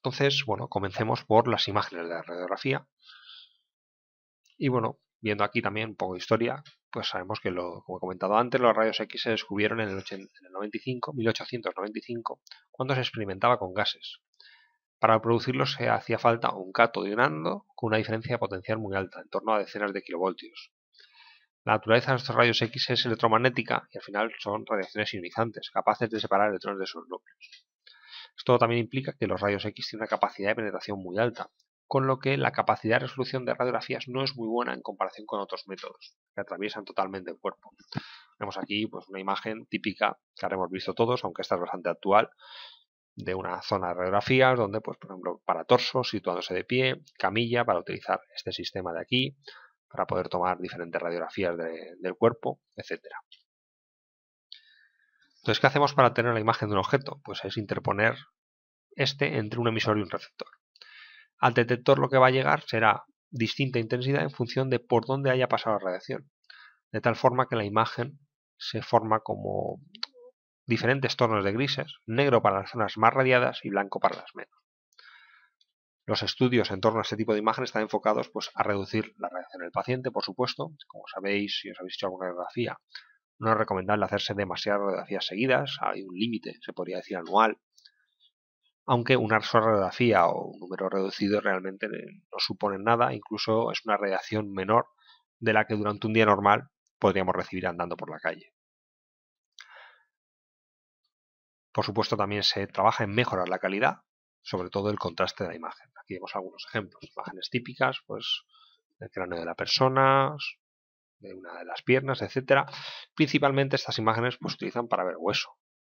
Entonces, bueno, comencemos por las imágenes de la radiografía. Y bueno, viendo aquí también un poco de historia, pues sabemos que, como he comentado antes, los rayos X se descubrieron en el 1895, cuando se experimentaba con gases. Para producirlos se hacía falta un cátodo y un ánodo con una diferencia potencial muy alta, en torno a decenas de kilovoltios. La naturaleza de estos rayos X es electromagnética y al final son radiaciones ionizantes, capaces de separar electrones de sus núcleos. Esto también implica que los rayos X tienen una capacidad de penetración muy alta, con lo que la capacidad de resolución de radiografías no es muy buena en comparación con otros métodos, que atraviesan totalmente el cuerpo. Vemos aquí pues, una imagen típica que habremos visto todos, aunque esta es bastante actual, de una zona de radiografías donde, pues, por ejemplo, para torso, situándose de pie, camilla para utilizar este sistema de aquí, para poder tomar diferentes radiografías del cuerpo, etcétera. Entonces, ¿qué hacemos para tener la imagen de un objeto? Pues es interponer este entre un emisor y un receptor. Al detector lo que va a llegar será distinta intensidad en función de por dónde haya pasado la radiación, de tal forma que la imagen se forma como diferentes tonos de grises, negro para las zonas más radiadas y blanco para las menos. Los estudios en torno a este tipo de imágenes están enfocados pues, a reducir la radiación del paciente, por supuesto. Como sabéis, si os habéis hecho alguna radiografía, no es recomendable hacerse demasiadas radiografías seguidas, hay un límite, se podría decir anual, aunque una sola radiografía o un número reducido realmente no supone nada, incluso es una radiación menor de la que durante un día normal podríamos recibir andando por la calle. Por supuesto, también se trabaja en mejorar la calidad, sobre todo el contraste de la imagen. Aquí vemos algunos ejemplos, imágenes típicas, pues del cráneo de la persona, de una de las piernas, etcétera. Principalmente estas imágenes pues, se utilizan para ver hueso.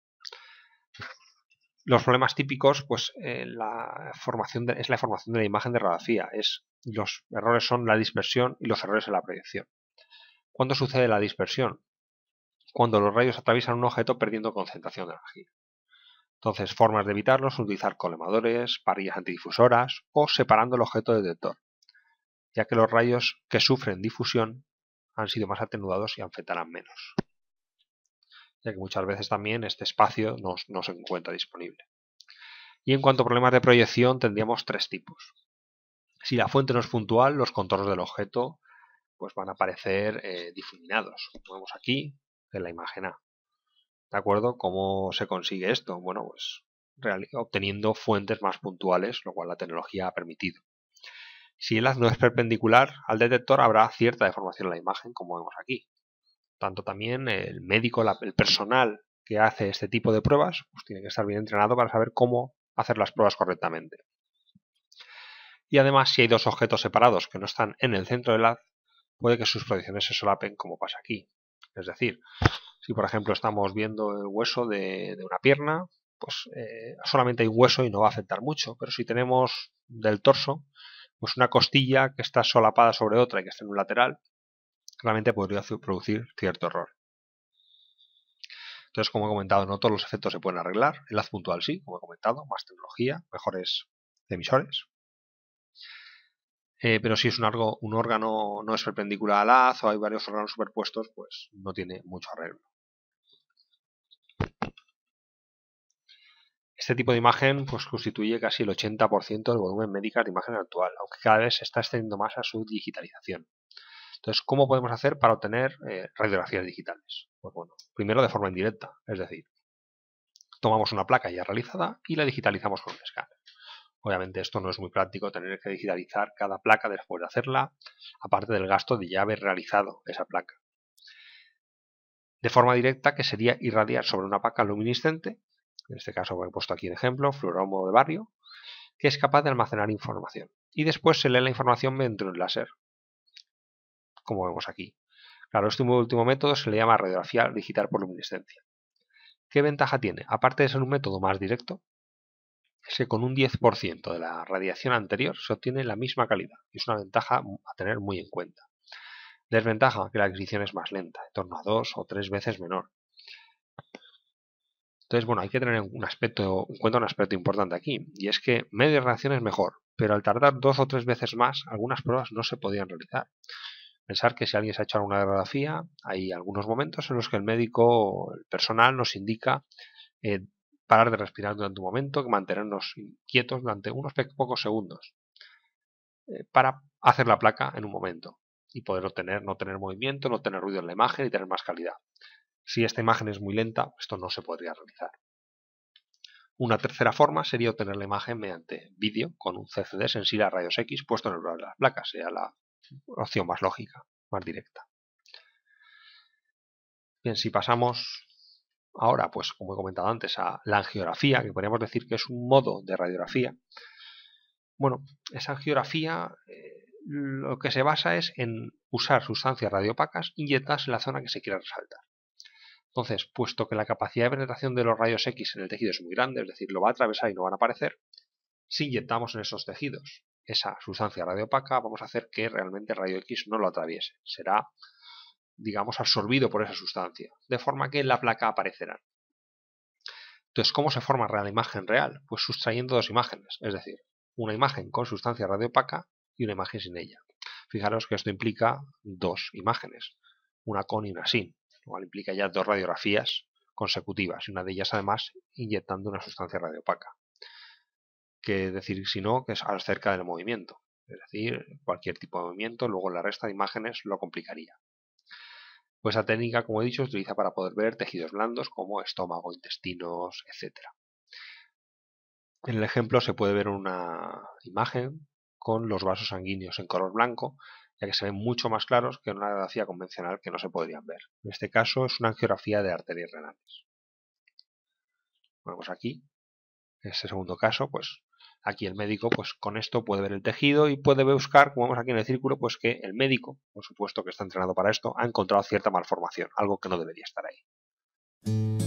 Los problemas típicos, pues es la formación de la imagen de radiografía. Los errores son la dispersión y los errores en la proyección. ¿Cuándo sucede la dispersión? Cuando los rayos atraviesan un objeto perdiendo concentración de energía. Entonces, formas de evitarlo son utilizar colimadores, parrillas antidifusoras o separando el objeto del detector, ya que los rayos que sufren difusión han sido más atenuados y afectarán menos, ya que muchas veces también este espacio no se encuentra disponible. Y en cuanto a problemas de proyección, tendríamos tres tipos. Si la fuente no es puntual, los contornos del objeto pues van a aparecer difuminados, como vemos aquí en la imagen A. ¿De acuerdo? ¿Cómo se consigue esto? Bueno, pues obteniendo fuentes más puntuales, lo cual la tecnología ha permitido. Si el haz no es perpendicular al detector, habrá cierta deformación en la imagen, como vemos aquí. Tanto también el médico, el personal que hace este tipo de pruebas, pues tiene que estar bien entrenado para saber cómo hacer las pruebas correctamente. Y además, si hay dos objetos separados que no están en el centro del haz, puede que sus proyecciones se solapen, como pasa aquí. Es decir, si por ejemplo estamos viendo el hueso de una pierna, pues solamente hay un hueso y no va a afectar mucho. Pero si tenemos del torso, pues una costilla que está solapada sobre otra y que está en un lateral, realmente podría producir cierto error. Entonces, como he comentado, no todos los efectos se pueden arreglar. El haz puntual sí, como he comentado, más tecnología, mejores emisores. Pero si es un órgano no es perpendicular al haz o hay varios órganos superpuestos, pues no tiene mucho arreglo. Este tipo de imagen pues, constituye casi el 80% del volumen médico de imagen actual, aunque cada vez se está extendiendo más a su digitalización. Entonces, ¿cómo podemos hacer para obtener radiografías digitales? Pues bueno, primero de forma indirecta, es decir, tomamos una placa ya realizada y la digitalizamos con un escáner. Obviamente esto no es muy práctico tener que digitalizar cada placa después de hacerla, aparte del gasto de ya haber realizado esa placa. De forma directa, que sería irradiar sobre una placa luminiscente, en este caso he puesto aquí el ejemplo, fluoromo de bario, que es capaz de almacenar información. Y después se lee la información mediante un láser, como vemos aquí. Claro, este último método se le llama radiografía digital por luminiscencia. ¿Qué ventaja tiene? Aparte de ser un método más directo, es que con un 10% de la radiación anterior se obtiene la misma calidad. Y es una ventaja a tener muy en cuenta. Desventaja, que la adquisición es más lenta, en torno a 2 o 3 veces menor. Entonces, bueno, hay que tener en cuenta un aspecto importante aquí, y es que media reacción es mejor, pero al tardar 2 o 3 veces más, algunas pruebas no se podían realizar. Pensar que si alguien se ha hecho alguna radiografía, hay algunos momentos en los que el médico o el personal nos indica parar de respirar durante un momento, que mantenernos quietos durante unos pocos segundos para hacer la placa en un momento y poder no tener movimiento, no tener ruido en la imagen y tener más calidad. Si esta imagen es muy lenta, esto no se podría realizar. Una tercera forma sería obtener la imagen mediante vídeo con un CCD sensible a rayos X puesto en el lugar de las placas. Sería la opción más lógica, más directa. Bien, si pasamos ahora, pues como he comentado antes, a la angiografía, que podríamos decir que es un modo de radiografía. Bueno, esa angiografía lo que se basa es en usar sustancias radiopacas inyectadas en la zona que se quiere resaltar. Entonces, puesto que la capacidad de penetración de los rayos X en el tejido es muy grande, es decir, lo va a atravesar y no van a aparecer, si inyectamos en esos tejidos esa sustancia radiopaca, vamos a hacer que realmente el rayo X no lo atraviese. Será, digamos, absorbido por esa sustancia, de forma que en la placa aparecerán. Entonces, ¿cómo se forma la imagen real? Pues sustrayendo dos imágenes, es decir, una imagen con sustancia radiopaca y una imagen sin ella. Fijaros que esto implica dos imágenes, una con y una sin, lo cual implica ya dos radiografías consecutivas, y una de ellas además inyectando una sustancia radiopaca. Que decir, si no, que es acerca del movimiento, es decir, cualquier tipo de movimiento, luego la resta de imágenes lo complicaría. Pues esa técnica, como he dicho, se utiliza para poder ver tejidos blandos como estómago, intestinos, etc. En el ejemplo se puede ver una imagen con los vasos sanguíneos en color blanco, ya que se ven mucho más claros que en una radiografía convencional que no se podrían ver. En este caso es una angiografía de arterias renales. Bueno, pues aquí, en este segundo caso, pues aquí el médico pues con esto puede ver el tejido y puede buscar, como vemos aquí en el círculo, pues que el médico, por supuesto que está entrenado para esto, ha encontrado cierta malformación, algo que no debería estar ahí.